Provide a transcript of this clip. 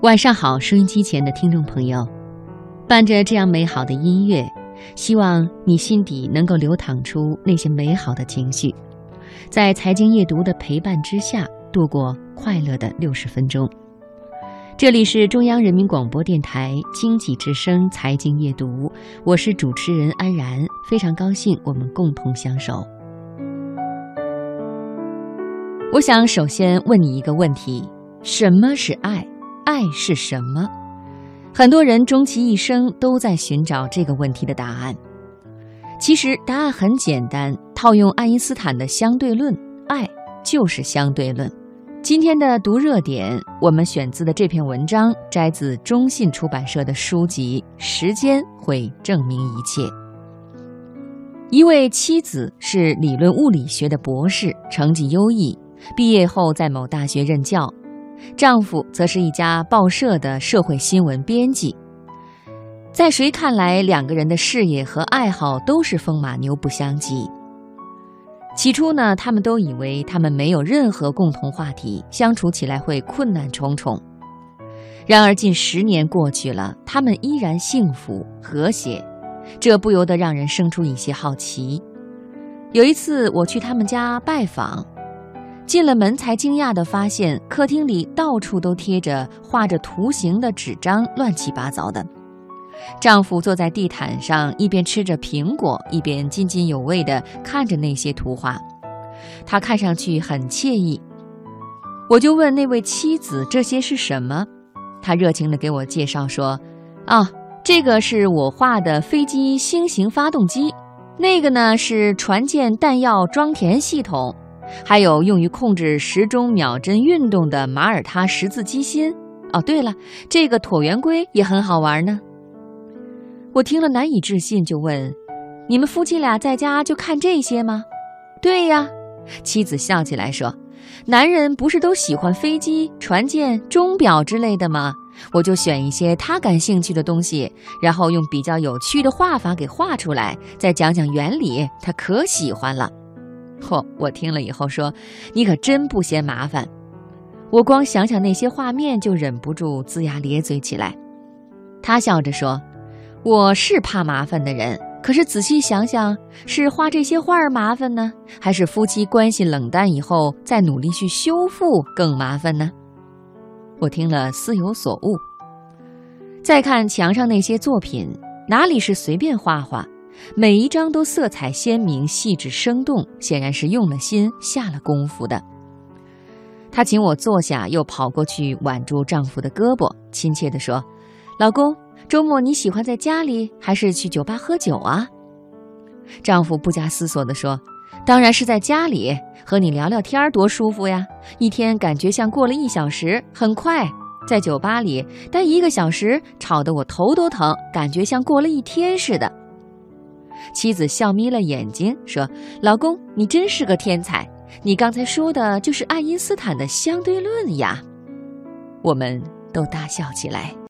晚上好，收音机前的听众朋友，伴着这样美好的音乐，希望你心底能够流淌出那些美好的情绪，在财经夜读的陪伴之下，度过快乐的60分钟。这里是中央人民广播电台经济之声财经夜读，我是主持人安然，非常高兴我们共同相守。我想首先问你一个问题，什么是爱？爱是什么？很多人终其一生都在寻找这个问题的答案。其实答案很简单，套用爱因斯坦的相对论，爱就是相对论。今天的读热点，我们选自的这篇文章摘自中信出版社的书籍《时间会证明一切》。一位妻子是理论物理学的博士，成绩优异，毕业后在某大学任教。丈夫则是一家报社的社会新闻编辑。在谁看来，两个人的事业和爱好都是风马牛不相及。起初呢，他们都以为他们没有任何共同话题，相处起来会困难重重。然而近10年过去了，他们依然幸福和谐，这不由得让人生出一些好奇。有一次我去他们家拜访，进了门才惊讶地发现，客厅里到处都贴着画着图形的纸张，乱七八糟的。丈夫坐在地毯上，一边吃着苹果，一边津津有味地看着那些图画。他看上去很惬意。我就问那位妻子这些是什么，他热情地给我介绍说，这个是我画的飞机星型发动机，那个呢是船舰弹药装填系统，还有用于控制时钟秒针运动的马耳他十字机芯。对了，这个椭圆规也很好玩呢。我听了难以置信，就问，你们夫妻俩在家就看这些吗？对呀，妻子笑起来说，男人不是都喜欢飞机、船舰、钟表之类的吗？我就选一些他感兴趣的东西，然后用比较有趣的画法给画出来，再讲讲原理，他可喜欢了。我听了以后说，你可真不嫌麻烦。我光想想那些画面就忍不住龇牙咧嘴起来。他笑着说，我是怕麻烦的人，可是仔细想想，是画这些画麻烦呢，还是夫妻关系冷淡以后再努力去修复更麻烦呢？我听了思有所悟。再看墙上那些作品，哪里是随便画画，每一张都色彩鲜明、细致生动，显然是用了心、下了功夫的。他请我坐下，又跑过去挽住丈夫的胳膊，亲切地说，老公，周末你喜欢在家里还是去酒吧喝酒啊？丈夫不假思索地说，当然是在家里，和你聊聊天多舒服呀，一天感觉像过了1小时，很快。在酒吧里待1个小时，吵得我头都疼，感觉像过了1天似的。妻子笑眯了眼睛说，老公，你真是个天才，你刚才说的就是爱因斯坦的相对论呀。我们都大笑起来。